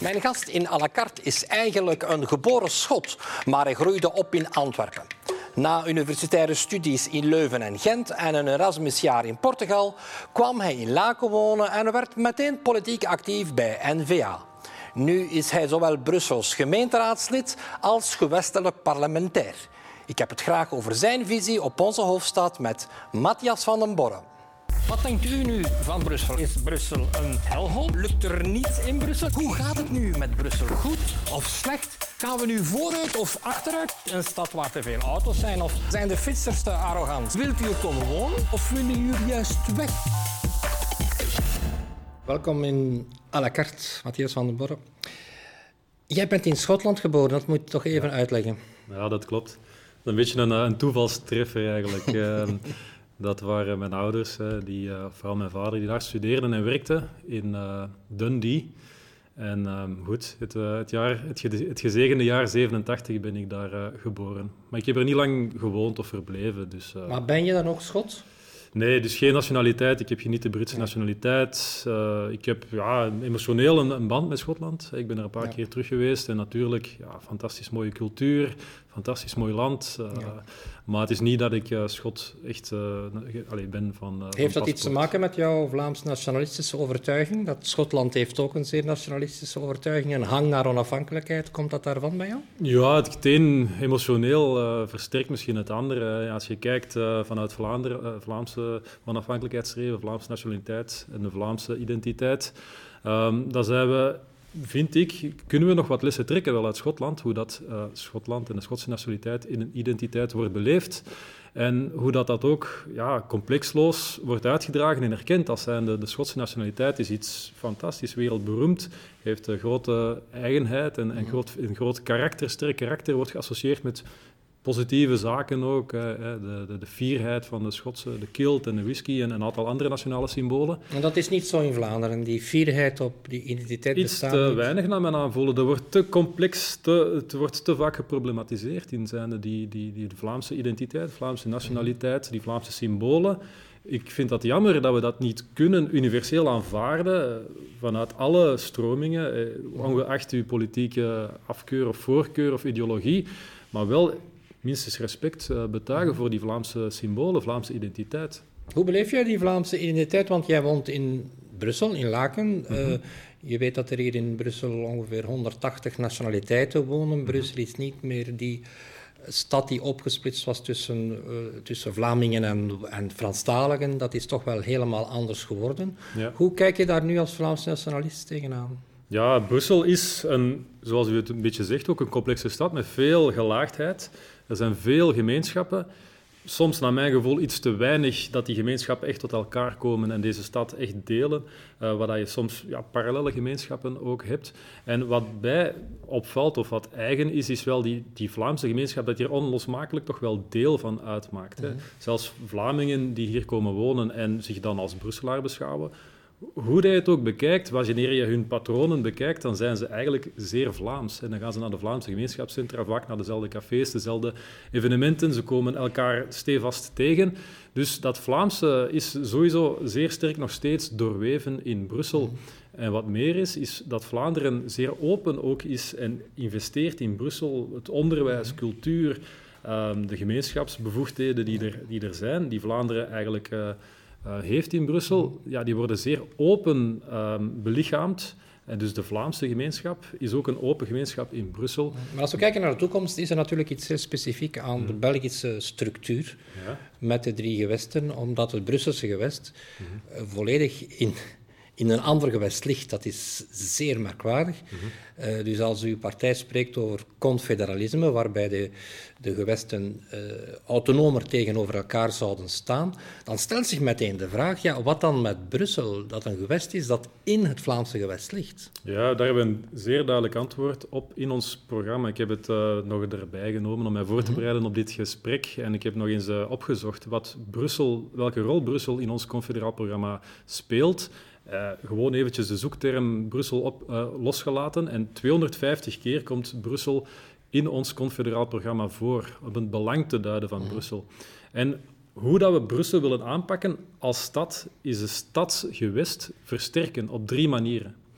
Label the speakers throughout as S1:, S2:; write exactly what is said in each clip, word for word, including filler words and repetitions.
S1: Mijn gast in à la carte is eigenlijk een geboren Schot, maar hij groeide op in Antwerpen. Na universitaire studies in Leuven en Gent en een Erasmusjaar in Portugal kwam hij in Laken wonen en werd meteen politiek actief bij N V A. Nu is hij zowel Brussels gemeenteraadslid als gewestelijk parlementair. Ik heb het graag over zijn visie op onze hoofdstad met Matthias van den Borre. Wat denkt u nu van Brussel? Is Brussel een hellhole? Lukt er niets in Brussel? Hoe gaat het nu met Brussel? Goed of slecht? Gaan we nu vooruit of achteruit? Een stad waar te veel auto's zijn? Of zijn de fietsers te arrogant? Wilt u er komen wonen of willen jullie juist weg? Welkom in à la carte, Matthias van den Borre. Jij bent in Schotland geboren, dat moet je toch even ja. uitleggen.
S2: Ja, dat klopt. Dat is een beetje een, een toevalstreffer eigenlijk. uh, dat waren mijn ouders, die, uh, vooral mijn vader, die daar studeerden en werkten in uh, Dundee. En uh, goed, het, uh, het, jaar, het, ge- het gezegende jaar zevenentachtig ben ik daar uh, geboren. Maar ik heb er niet lang gewoond of verbleven. Dus, uh...
S1: Maar ben je dan ook Schot?
S2: Nee, dus geen nationaliteit. Ik heb niet de Britse nationaliteit. Uh, ik heb ja, emotioneel een, een band met Schotland. Ik ben er een paar ja. keer terug geweest. En natuurlijk, ja, fantastisch mooie cultuur, fantastisch mooi land. Uh, ja. Maar het is niet dat ik uh, Schot echt uh, allee, ben van uh,
S1: Heeft
S2: van
S1: dat
S2: paspoort.
S1: iets te maken met jouw Vlaams-nationalistische overtuiging? Dat Schotland heeft ook een zeer nationalistische overtuiging. Een hang naar onafhankelijkheid. Komt dat daarvan bij jou?
S2: Ja, het een emotioneel uh, versterkt misschien het andere. Ja, als je kijkt uh, vanuit Vlaanderen, uh, Vlaamse onafhankelijkheidsstreven, Vlaamse nationaliteit en de Vlaamse identiteit, um, dan zijn we, vind ik, kunnen we nog wat lessen trekken wel uit Schotland, hoe dat uh, Schotland en de Schotse nationaliteit in een identiteit wordt beleefd en hoe dat, dat ook ja, complexloos wordt uitgedragen en erkend als zijnde de Schotse nationaliteit is iets fantastisch, wereldberoemd, heeft een grote eigenheid en, en groot, een groot karakter, sterk karakter, wordt geassocieerd met positieve zaken ook, de, de, de fierheid van de Schotse, de kilt en de whisky en een aantal andere nationale symbolen.
S1: En dat is niet zo in Vlaanderen, die fierheid op die identiteit bestaat
S2: Iets te
S1: niet.
S2: weinig naar mijn aanvoelen. Dat wordt te complex, te, het wordt te vaak geproblematiseerd in zijnde die, die, die de Vlaamse identiteit, Vlaamse nationaliteit, die Vlaamse symbolen. Ik vind dat jammer dat we dat niet kunnen universeel aanvaarden vanuit alle stromingen, ongeacht uw politieke afkeur of voorkeur of ideologie, maar wel minstens respect uh, betuigen voor die Vlaamse symbolen, Vlaamse identiteit.
S1: Hoe beleef jij die Vlaamse identiteit? Want jij woont in Brussel, in Laken. Mm-hmm. Uh, je weet dat er hier in Brussel ongeveer honderdtachtig nationaliteiten wonen. Mm-hmm. Brussel is niet meer die stad die opgesplitst was tussen, uh, tussen Vlamingen en, en Franstaligen. Dat is toch wel helemaal anders geworden. Ja. Hoe kijk je daar nu als Vlaamse nationalist tegenaan?
S2: Ja, Brussel is, een, zoals u het een beetje zegt, ook een complexe stad met veel gelaagdheid. Er zijn veel gemeenschappen. Soms, naar mijn gevoel, iets te weinig dat die gemeenschappen echt tot elkaar komen en deze stad echt delen. Uh, waar je soms ja, parallele gemeenschappen ook hebt. En wat bij opvalt, of wat eigen is, is wel die, die Vlaamse gemeenschap dat hier onlosmakelijk toch wel deel van uitmaakt. Hè. Mm-hmm. Zelfs Vlamingen die hier komen wonen en zich dan als Brusselaar beschouwen. Hoe je het ook bekijkt, wanneer je hun patronen bekijkt, dan zijn ze eigenlijk zeer Vlaams. En dan gaan ze naar de Vlaamse gemeenschapscentra, vaak naar dezelfde cafés, dezelfde evenementen. Ze komen elkaar stevast tegen. Dus dat Vlaamse is sowieso zeer sterk nog steeds doorweven in Brussel. Mm. En wat meer is, is dat Vlaanderen zeer open ook is en investeert in Brussel. Het onderwijs, cultuur, um, de gemeenschapsbevoegdheden die er, die er zijn, die Vlaanderen eigenlijk Uh, Uh, heeft in Brussel, ja, die worden zeer open um, belichaamd. En dus de Vlaamse gemeenschap is ook een open gemeenschap in Brussel.
S1: Maar als we kijken naar de toekomst, is er natuurlijk iets heel specifiek aan de Belgische structuur ja. met de drie gewesten, omdat het Brusselse gewest mm-hmm. uh, volledig in, in een ander gewest ligt. Dat is zeer merkwaardig. Mm-hmm. Uh, dus als uw partij spreekt over confederalisme, waarbij de, de gewesten uh, autonomer tegenover elkaar zouden staan, dan stelt zich meteen de vraag, ja, wat dan met Brussel, dat een gewest is dat in het Vlaamse gewest ligt?
S2: Ja, daar hebben we een zeer duidelijk antwoord op in ons programma. Ik heb het uh, nog erbij genomen om mij voor te bereiden op dit gesprek. En ik heb nog eens uh, opgezocht wat Brussel, welke rol Brussel in ons confederaal programma speelt. Uh, gewoon eventjes de zoekterm Brussel op, uh, losgelaten. En tweehonderdvijftig keer komt Brussel in ons confederaal programma voor, om het belang te duiden van mm. Brussel. En hoe dat we Brussel willen aanpakken als stad, is de stadsgewest versterken op drie manieren.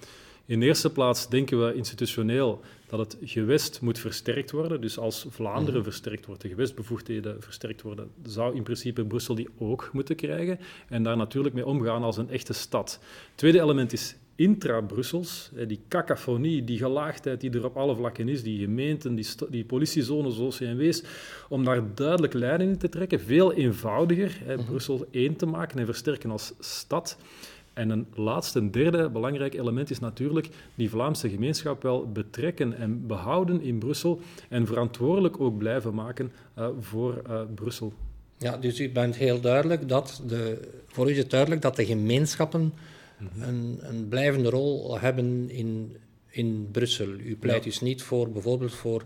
S2: In de eerste plaats denken we institutioneel dat het gewest moet versterkt worden. Dus als Vlaanderen mm. versterkt wordt, de gewestbevoegdheden versterkt worden, zou in principe Brussel die ook moeten krijgen en daar natuurlijk mee omgaan als een echte stad. Het tweede element is intra-Brussels, die cacophonie, die gelaagdheid die er op alle vlakken is, die gemeenten, die, die politiezones zoals C N W's, om daar duidelijk lijnen in te trekken, veel eenvoudiger, hè, mm-hmm. Brussel één te maken en versterken als stad. En een laatste, een derde belangrijk element is natuurlijk die Vlaamse gemeenschap wel betrekken en behouden in Brussel en verantwoordelijk ook blijven maken uh, voor uh, Brussel.
S1: Ja, dus u bent heel duidelijk dat de, voor u is het duidelijk dat de gemeenschappen mm-hmm. een, een blijvende rol hebben in, in Brussel. U pleit ja. dus niet voor bijvoorbeeld voor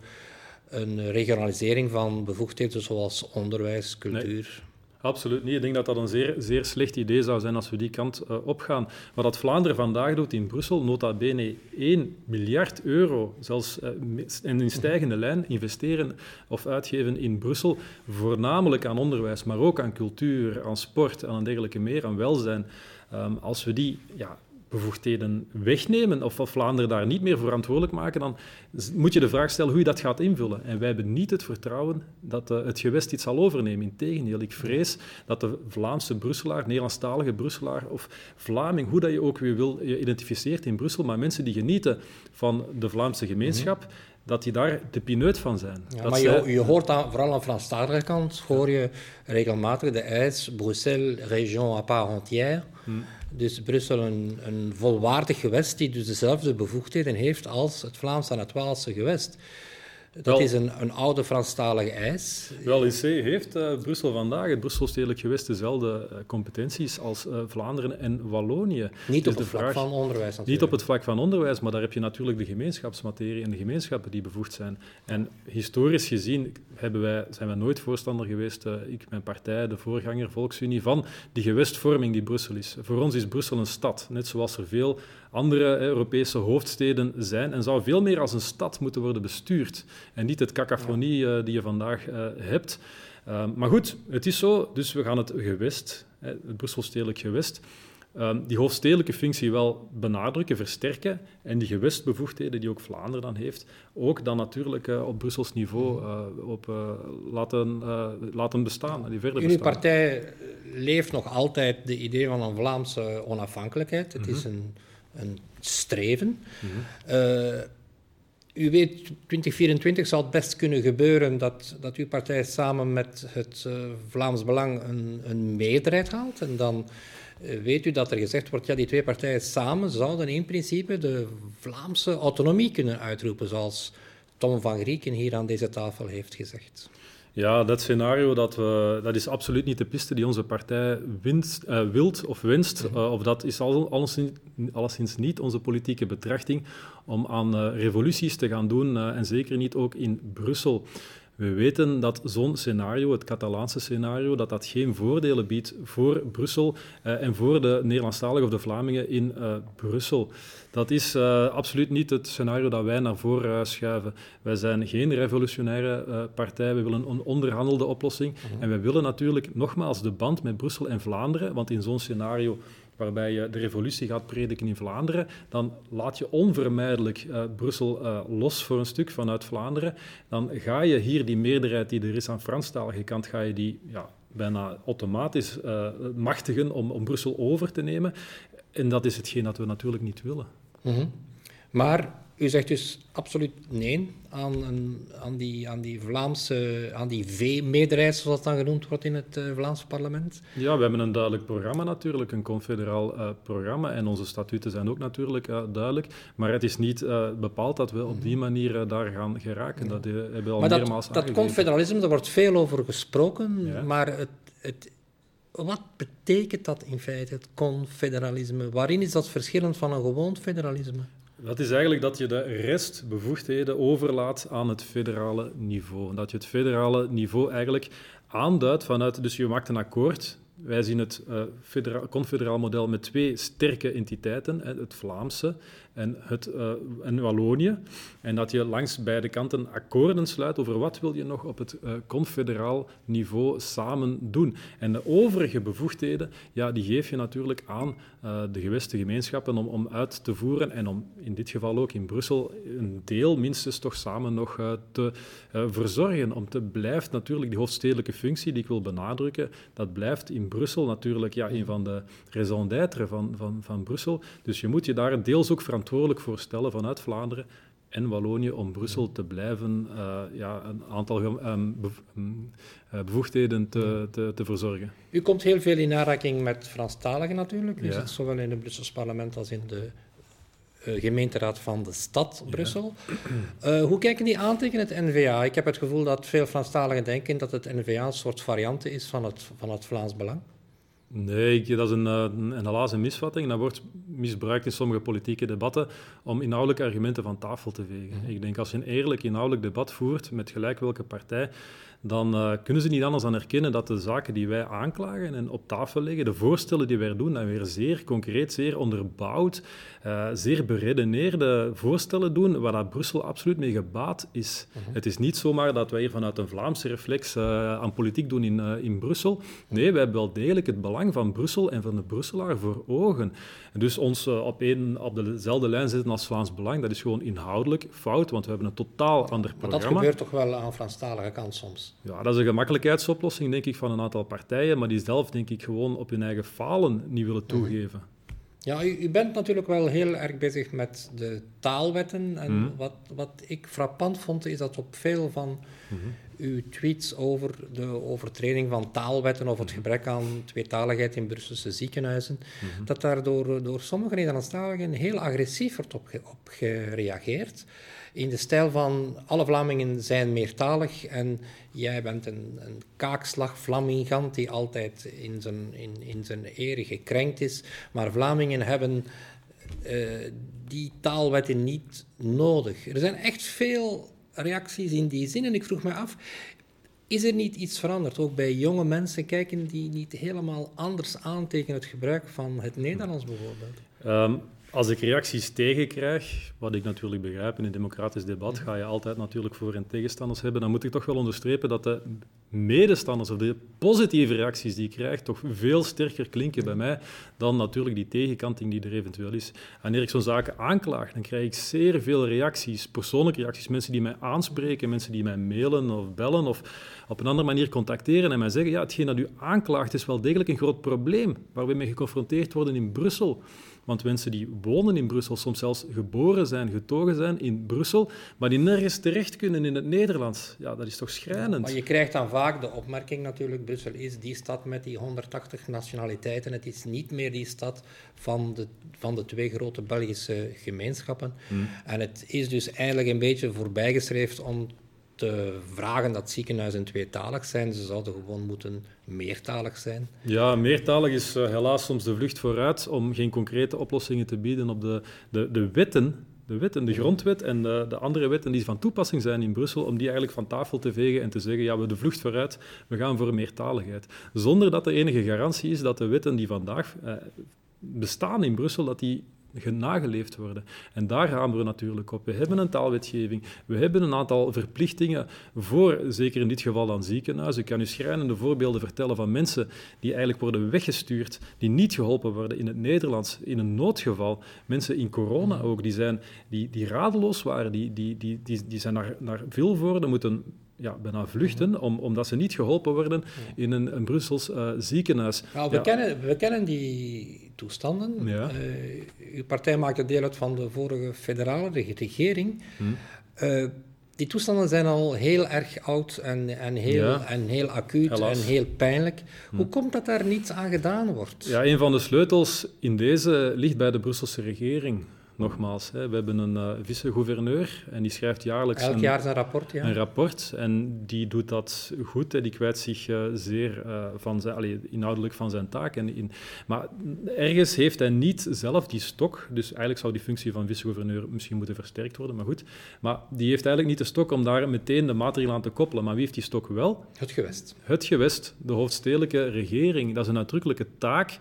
S1: een regionalisering van bevoegdheden zoals onderwijs, cultuur...
S2: Nee. Absoluut niet. Ik denk dat dat een zeer, zeer slecht idee zou zijn als we die kant uh, opgaan. Wat dat Vlaanderen vandaag doet in Brussel, nota bene één miljard euro, zelfs uh, en in stijgende lijn, investeren of uitgeven in Brussel, voornamelijk aan onderwijs, maar ook aan cultuur, aan sport en aan dergelijke meer, aan welzijn. Um, als we die... Ja, bevoegdheden wegnemen of Vlaanderen daar niet meer verantwoordelijk maken, dan moet je de vraag stellen hoe je dat gaat invullen. En wij hebben niet het vertrouwen dat uh, het gewest iets zal overnemen. Integendeel, ik vrees dat de Vlaamse Brusselaar, Nederlandstalige Brusselaar of Vlaming, hoe dat je ook weer wil, je identificeert in Brussel, maar mensen die genieten van de Vlaamse gemeenschap, mm-hmm. dat die daar de pineut van zijn.
S1: Ja,
S2: dat
S1: maar
S2: zij...
S1: je, je hoort aan, vooral aan de Franstalige kant, hoor je regelmatig de eis Bruxelles, région à part entière. Hmm. Dus Brussel een, een volwaardig gewest die dus dezelfde bevoegdheden heeft als het Vlaamse en het Waalse gewest. Dat wel, is een, een oude Franstalige eis.
S2: Wel, in C heeft uh, Brussel vandaag, het Brussels stedelijk gewest, dezelfde uh, competenties als uh, Vlaanderen en Wallonië.
S1: Niet
S2: dus
S1: op het vlak van onderwijs natuurlijk.
S2: Niet op het vlak van onderwijs, maar daar heb je natuurlijk de gemeenschapsmaterie en de gemeenschappen die bevoegd zijn. En historisch gezien hebben wij, zijn wij nooit voorstander geweest, uh, ik, mijn partij, de voorganger, Volksunie, van die gewestvorming die Brussel is. Voor ons is Brussel een stad, net zoals er veel andere eh, Europese hoofdsteden zijn en zou veel meer als een stad moeten worden bestuurd en niet het cacophonie uh, die je vandaag uh, hebt. Uh, maar goed, het is zo, dus we gaan het gewest, eh, het Brussels stedelijk gewest, uh, die hoofdstedelijke functie wel benadrukken, versterken en die gewestbevoegdheden die ook Vlaanderen dan heeft, ook dan natuurlijk uh, op Brussels niveau uh, op, uh, laten, uh, laten bestaan. Die verder
S1: Jullie
S2: bestaan.
S1: partij leeft nog altijd de idee van een Vlaamse onafhankelijkheid. Het mm-hmm. is een een streven. Mm-hmm. Uh, u weet, twintig vierentwintig zal het best kunnen gebeuren dat, dat uw partij samen met het uh, Vlaams Belang een, een meerderheid haalt. En dan uh, weet u dat er gezegd wordt, ja, die twee partijen samen zouden in principe de Vlaamse autonomie kunnen uitroepen, zoals Tom van Grieken hier aan deze tafel heeft gezegd.
S2: Ja, dat scenario dat we, dat is absoluut niet de piste die onze partij winst, uh, wilt of wenst. Uh, of dat is al, alleszins, alleszins niet onze politieke betrachting om aan uh, revoluties te gaan doen. Uh, en zeker niet ook in Brussel. We weten dat zo'n scenario, het Catalaanse scenario, dat dat geen voordelen biedt voor Brussel uh, en voor de Nederlandstaligen of de Vlamingen in uh, Brussel. Dat is uh, absoluut niet het scenario dat wij naar voren uh, schuiven. Wij zijn geen revolutionaire uh, partij, we willen een onderhandelde oplossing. Mm-hmm. En wij willen natuurlijk nogmaals de band met Brussel en Vlaanderen, want in zo'n scenario waarbij je de revolutie gaat prediken in Vlaanderen, dan laat je onvermijdelijk uh, Brussel uh, los voor een stuk vanuit Vlaanderen. Dan ga je hier die meerderheid die er is aan Franstalige kant, ga je die ja, bijna automatisch uh, machtigen om, om Brussel over te nemen. En dat is hetgeen dat we natuurlijk niet willen.
S1: Mm-hmm. Maar u zegt dus absoluut nee aan, een, aan, die, aan die Vlaamse, aan die V-meerderheid, zoals dat dan genoemd wordt in het uh, Vlaamse parlement?
S2: Ja, we hebben een duidelijk programma natuurlijk, een confederaal uh, programma. En onze statuten zijn ook natuurlijk uh, duidelijk. Maar het is niet uh, bepaald dat we op die manier uh, daar gaan geraken. Ja. Dat uh, hebben we al
S1: maar
S2: meermaals
S1: dat, dat confederalisme, daar wordt veel over gesproken, ja. maar het, het, wat betekent dat in feite, het confederalisme? Waarin is dat verschillend van een gewoon federalisme?
S2: Dat is eigenlijk dat je de restbevoegdheden overlaat aan het federale niveau. Dat je het federale niveau eigenlijk aanduidt vanuit... Dus je maakt een akkoord. Wij zien het uh, federa- confederaal model met twee sterke entiteiten. Hè, het Vlaamse en, het, uh, en Wallonië. En dat je langs beide kanten akkoorden sluit over wat wil je nog op het uh, confederaal niveau samen doen. En de overige bevoegdheden, ja, die geef je natuurlijk aan uh, de gewesten gemeenschappen om, om uit te voeren en om in dit geval ook in Brussel een deel minstens toch samen nog uh, te uh, verzorgen. Om te blijft natuurlijk die hoofdstedelijke functie die ik wil benadrukken, dat blijft in Brussel natuurlijk ja, een van de raison d'être van, van, van Brussel. Dus je moet je daar deels ook verantwoordelijk voor stellen vanuit Vlaanderen en Wallonië om Brussel te blijven uh, ja, een aantal um, bev- um, uh, bevoegdheden te, te, te verzorgen.
S1: U komt heel veel in aanraking met Franstaligen natuurlijk. U
S2: Ja.
S1: zit zowel in het Brussels parlement als in de uh, gemeenteraad van de stad Brussel. Ja. Uh, hoe kijken die aan tegen het N V A? Ik heb het gevoel dat veel Franstaligen denken dat het N V A een soort variante is van het, van het Vlaams Belang.
S2: Nee, ik, dat is een, een, een helaas een misvatting. Dat wordt misbruikt in sommige politieke debatten om inhoudelijke argumenten van tafel te vegen. Mm-hmm. Ik denk als je een eerlijk inhoudelijk debat voert met gelijk welke partij, dan uh, kunnen ze niet anders dan erkennen dat de zaken die wij aanklagen en op tafel leggen, de voorstellen die wij doen, dat weer zeer concreet, zeer onderbouwd, uh, zeer beredeneerde voorstellen doen, waar dat Brussel absoluut mee gebaat is. Mm-hmm. Het is niet zomaar dat wij hier vanuit een Vlaamse reflex uh, aan politiek doen in, uh, in Brussel. Nee, wij hebben wel degelijk het belang van Brussel en van de Brusselaar voor ogen. En dus ons uh, op, een, op dezelfde lijn zetten als Vlaams Belang, dat is gewoon inhoudelijk fout, want we hebben een totaal ander programma.
S1: Maar dat gebeurt toch wel aan Franstalige kant soms?
S2: Ja, dat is een gemakkelijkheidsoplossing, denk ik, van een aantal partijen, maar die zelf, denk ik, gewoon op hun eigen falen niet willen toegeven.
S1: Ja, u, u bent natuurlijk wel heel erg bezig met de taalwetten. En
S2: mm.
S1: wat, wat ik frappant vond, is dat op veel van mm-hmm. uw tweets over de overtreding van taalwetten of het gebrek aan tweetaligheid in Brusselse ziekenhuizen, mm-hmm. dat daar door, door sommige Nederlandstaligen heel agressief wordt op, op gereageerd. In de stijl van alle Vlamingen zijn meertalig en jij bent een, een kaakslag-Vlamingant die altijd in zijn, in, in zijn eer gekrenkt is. Maar Vlamingen hebben uh, die taalwetten niet nodig. Er zijn echt veel reacties in die zin en ik vroeg me af, is er niet iets veranderd? Ook bij jonge mensen kijken die niet helemaal anders aan tegen het gebruik van het Nederlands bijvoorbeeld?
S2: Um. Als ik reacties tegenkrijg, wat ik natuurlijk begrijp, in een democratisch debat ga je altijd natuurlijk voor- en tegenstanders hebben, dan moet ik toch wel onderstrepen dat de medestanders of de positieve reacties die ik krijg toch veel sterker klinken bij mij dan natuurlijk die tegenkanting die er eventueel is. Wanneer ik zo'n zaken aanklaag, dan krijg ik zeer veel reacties, persoonlijke reacties, mensen die mij aanspreken, mensen die mij mailen of bellen of op een andere manier contacteren en mij zeggen, ja, hetgeen dat u aanklaagt is wel degelijk een groot probleem waar we mee geconfronteerd worden in Brussel. Want mensen die wonen in Brussel, soms zelfs geboren zijn, getogen zijn in Brussel, maar die nergens terecht kunnen in het Nederlands. Ja, dat is toch schrijnend.
S1: Maar je krijgt dan vaak de opmerking natuurlijk, Brussel is die stad met die honderdtachtig nationaliteiten. Het is niet meer die stad van de, van de twee grote Belgische gemeenschappen. Hmm. En het is dus eigenlijk een beetje voorbijgestreefd om te vragen dat ziekenhuizen tweetalig zijn. Ze zouden gewoon moeten meertalig zijn.
S2: Ja, meertalig is uh, helaas soms de vlucht vooruit om geen concrete oplossingen te bieden op de, de, de wetten, de wetten, de grondwet en de, de andere wetten die van toepassing zijn in Brussel, om die eigenlijk van tafel te vegen en te zeggen, ja, we hebben de vlucht vooruit, we gaan voor meertaligheid. Zonder dat er enige garantie is dat de wetten die vandaag uh, bestaan in Brussel, dat die nageleefd worden. En daar gaan we natuurlijk op. We hebben een taalwetgeving, we hebben een aantal verplichtingen voor, zeker in dit geval dan ziekenhuizen. Ik kan u schrijnende voorbeelden vertellen van mensen die eigenlijk worden weggestuurd, die niet geholpen worden in het Nederlands, in een noodgeval. Mensen in corona ook, die, zijn, die, die radeloos waren, die, die, die, die, die zijn naar, naar Vilvoorde moeten ja, bijna vluchten, om, omdat ze niet geholpen worden in een, een Brussels uh, ziekenhuis.
S1: Nou, we,
S2: ja.
S1: kennen, we kennen die toestanden.
S2: Ja.
S1: Uh, uw partij maakte deel uit van de vorige federale regering.
S2: Hmm.
S1: Uh, die toestanden zijn al heel erg oud en, en, heel,
S2: Ja.
S1: en heel acuut
S2: Helaas.
S1: en heel pijnlijk.
S2: Hmm.
S1: Hoe komt dat daar niets aan gedaan wordt?
S2: Ja, een van de sleutels in deze ligt bij de Brusselse regering. Nogmaals, hè, we hebben een uh, vice-gouverneur en die schrijft jaarlijks
S1: Elk
S2: een,
S1: jaar zijn rapport, ja.
S2: een rapport. En die doet dat goed, hè, die kwijt zich uh, zeer uh, van zijn, allee, inhoudelijk van zijn taak. En in, maar ergens heeft hij niet zelf die stok, dus eigenlijk zou die functie van vice-gouverneur misschien moeten versterkt worden, maar goed. Maar die heeft eigenlijk niet de stok om daar meteen de maatregelen aan te koppelen. Maar wie heeft die stok wel?
S1: Het gewest.
S2: Het gewest, de hoofdstedelijke regering. Dat is een uitdrukkelijke taak.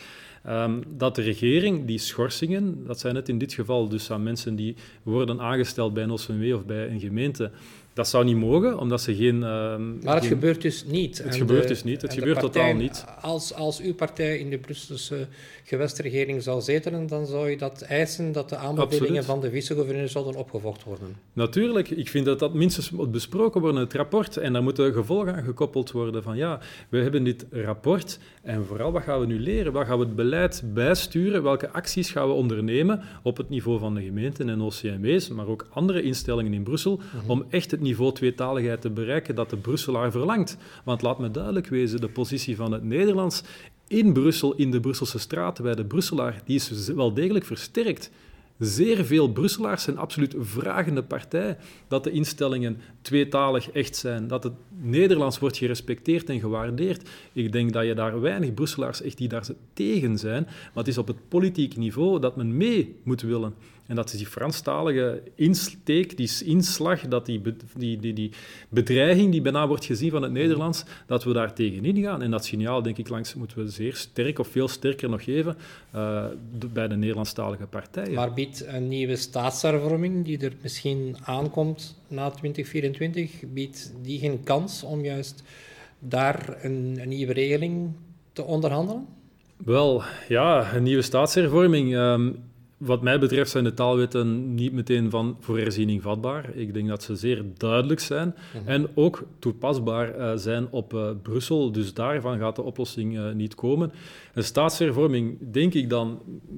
S2: Um, dat de regering die schorsingen, dat zijn het in dit geval dus aan mensen die worden aangesteld bij een O C M W of bij een gemeente, dat zou niet mogen, omdat ze geen... Uh,
S1: maar het
S2: geen...
S1: gebeurt dus niet.
S2: Het
S1: en
S2: gebeurt
S1: de,
S2: dus niet. Het gebeurt
S1: partij,
S2: totaal niet.
S1: Als, als uw partij in de Brusselse gewestregering zou zetelen, dan zou je dat eisen dat de aanbevelingen
S2: Absoluut.
S1: van de vice-gouverneur zouden opgevolgd worden.
S2: Natuurlijk. Ik vind dat dat minstens moet besproken worden, het rapport. En daar moeten gevolgen aan gekoppeld worden van ja, we hebben dit rapport en vooral wat gaan we nu leren? Wat gaan we het beleid bijsturen? Welke acties gaan we ondernemen op het niveau van de gemeenten en O C M W's, maar ook andere instellingen in Brussel, mm-hmm. om echt het niveau tweetaligheid te bereiken dat de Brusselaar verlangt. Want laat me duidelijk wezen, de positie van het Nederlands in Brussel, in de Brusselse straten, bij de Brusselaar, die is wel degelijk versterkt. Zeer veel Brusselaars zijn absoluut vragende partij dat de instellingen tweetalig echt zijn, dat het Nederlands wordt gerespecteerd en gewaardeerd. Ik denk dat je daar weinig Brusselaars echt die daar tegen zijn, maar het is op het politiek niveau dat men mee moet willen. En dat is die Franstalige insteek, die inslag, dat die, die, die, die bedreiging die bijna wordt gezien van het Nederlands, dat we daar tegenin gaan. En dat signaal, denk ik, langs moeten we zeer sterk of veel sterker nog geven uh, bij de Nederlandstalige partijen.
S1: Maar biedt een nieuwe staatshervorming, die er misschien aankomt na twintig vierentwintig, biedt die geen kans om juist daar een, een nieuwe regeling te onderhandelen?
S2: Wel, ja, een nieuwe staatshervorming... Um, Wat mij betreft zijn de taalwetten niet meteen van voor herziening vatbaar. Ik denk dat ze zeer duidelijk zijn mm-hmm. en ook toepasbaar uh, zijn op uh, Brussel. Dus daarvan gaat de oplossing uh, niet komen. Een staatshervorming, denk ik dan...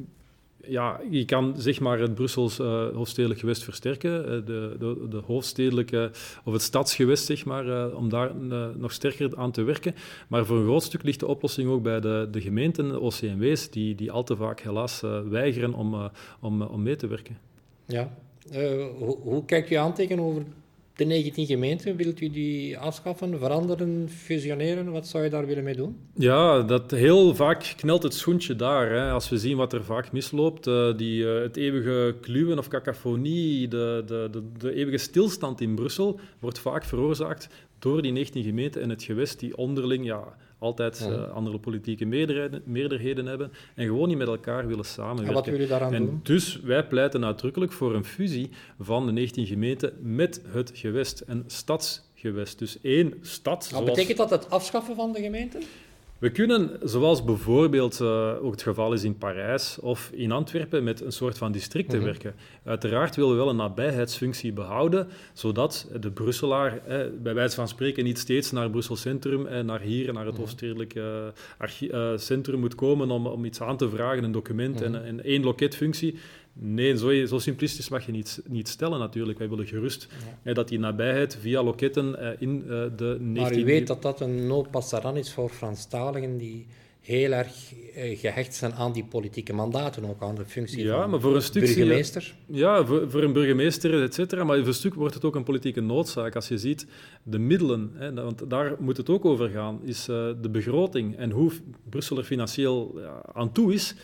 S2: Ja, je kan zeg maar het Brussels uh, hoofdstedelijk gewest versterken, uh, de, de, de hoofdstedelijke of het stadsgewest, zeg maar, uh, om daar uh, nog sterker aan te werken. Maar voor een groot stuk ligt de oplossing ook bij de, de gemeenten, de O C M W's, die, die al te vaak helaas uh, weigeren om, uh, om, uh, om mee te werken.
S1: Ja. Uh, hoe, hoe kijkt u aan tegenover de negentien gemeenten? Wilt u die afschaffen, veranderen, fusioneren? Wat zou je daar willen mee doen?
S2: Ja, dat heel vaak knelt het schoentje daar. Hè. Als we zien wat er vaak misloopt, uh, die, uh, het eeuwige kluwen of cacophonie, de, de, de, de eeuwige stilstand in Brussel, wordt vaak veroorzaakt door die negentien gemeenten en het gewest die onderling ja, altijd uh, andere politieke meerderheden, meerderheden hebben en gewoon niet met elkaar willen samenwerken.
S1: En wat willen jullie daaraan
S2: en
S1: doen?
S2: Dus wij pleiten uitdrukkelijk voor een fusie van de negentien gemeenten met het gewest, een stadsgewest. Dus één stad.
S1: Wat
S2: zoals...
S1: betekent dat het afschaffen van de gemeenten?
S2: We kunnen, zoals bijvoorbeeld uh, ook het geval is in Parijs of in Antwerpen, met een soort van districten mm-hmm. werken. Uiteraard willen we wel een nabijheidsfunctie behouden, zodat de Brusselaar, eh, bij wijze van spreken, niet steeds naar Brussel Centrum en naar hier, naar het mm-hmm. hoofdstedelijk uh, archi- uh, centrum moet komen om, om iets aan te vragen, een document mm-hmm. en, en één loketfunctie. Nee, zo, zo simplistisch mag je niet, niet stellen natuurlijk. Wij willen gerust ja. eh, dat die nabijheid via loketten eh, in uh, de negentien...
S1: Maar u weet dat dat een no passaran is voor Franstaligen die heel erg eh, gehecht zijn aan die politieke mandaten, ook aan de functie
S2: ja,
S1: van
S2: maar voor een stuk
S1: burgemeester.
S2: Je, ja, voor, voor een burgemeester, et cetera. Maar voor een stuk wordt het ook een politieke noodzaak. Als je ziet de middelen, hè, want daar moet het ook over gaan, is uh, de begroting en hoe Brussel er financieel ja, aan toe is,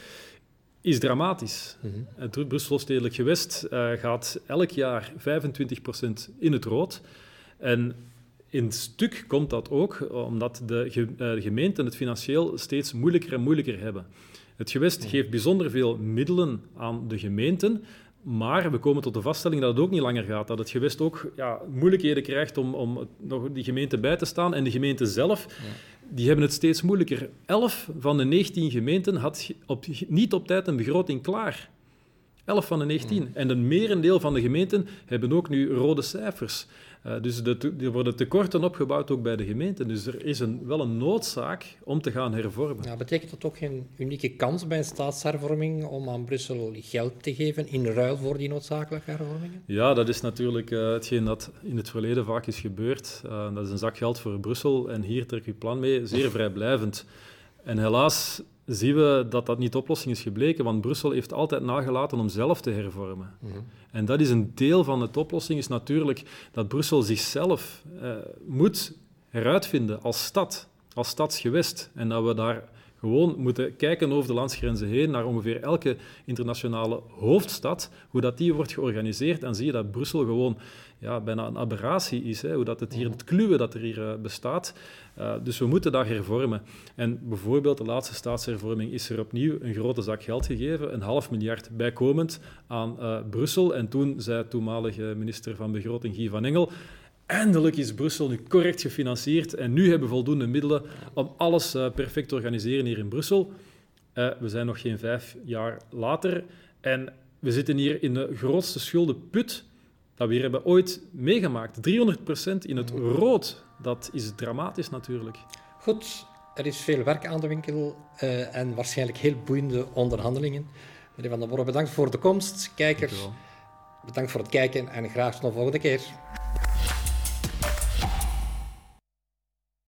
S2: is dramatisch. Mm-hmm. Het Brussel-stedelijk gewest uh, gaat elk jaar vijfentwintig procent in het rood. En in het stuk komt dat ook omdat de, ge- uh, de gemeenten het financieel steeds moeilijker en moeilijker hebben. Het gewest mm-hmm. geeft bijzonder veel middelen aan de gemeenten, maar we komen tot de vaststelling dat het ook niet langer gaat. Dat het gewest ook ja, moeilijkheden krijgt om, om nog die gemeente bij te staan. En de gemeente zelf... Ja. Die hebben het steeds moeilijker. Elf van de negentien gemeenten had op, niet op tijd een begroting klaar. Elf van de negentien. Mm. En een merendeel van de gemeenten hebben ook nu rode cijfers. Uh, dus de, er worden tekorten opgebouwd ook bij de gemeenten. Dus er is een, wel een noodzaak om te gaan hervormen.
S1: Ja, betekent dat ook geen unieke kans bij een staatshervorming om aan Brussel geld te geven in ruil voor die noodzakelijke hervormingen?
S2: Ja, dat is natuurlijk uh, hetgeen dat in het verleden vaak is gebeurd. Uh, dat is een zak geld voor Brussel en hier trek je plan mee, zeer vrijblijvend. En helaas zien we dat dat niet de oplossing is gebleken, want Brussel heeft altijd nagelaten om zelf te hervormen. Mm-hmm. En dat is een deel van de oplossing, is natuurlijk dat Brussel zichzelf uh, moet heruitvinden als stad, als stadsgewest. En dat we daar gewoon moeten kijken over de landsgrenzen heen naar ongeveer elke internationale hoofdstad, hoe dat die wordt georganiseerd. Dan zie je dat Brussel gewoon ja, bijna een aberratie is. Hè? Hoe dat het hier, het kluwen dat er hier uh, bestaat. Uh, dus we moeten dat hervormen. En bijvoorbeeld de laatste staatshervorming is er opnieuw een grote zak geld gegeven, een half miljard bijkomend aan uh, Brussel. En toen zei toenmalige minister van Begroting Guy van Engel: eindelijk is Brussel nu correct gefinancierd en nu hebben we voldoende middelen om alles uh, perfect te organiseren hier in Brussel. Uh, we zijn nog geen vijf jaar later en we zitten hier in de grootste schuldenput dat we hier hebben ooit meegemaakt. driehonderd procent in het rood. Dat is dramatisch natuurlijk.
S1: Goed, er is veel werk aan de winkel uh, en waarschijnlijk heel boeiende onderhandelingen. Meneer Van den Borre, bedankt voor de komst. Kijkers, bedankt voor het kijken en graag tot de volgende keer.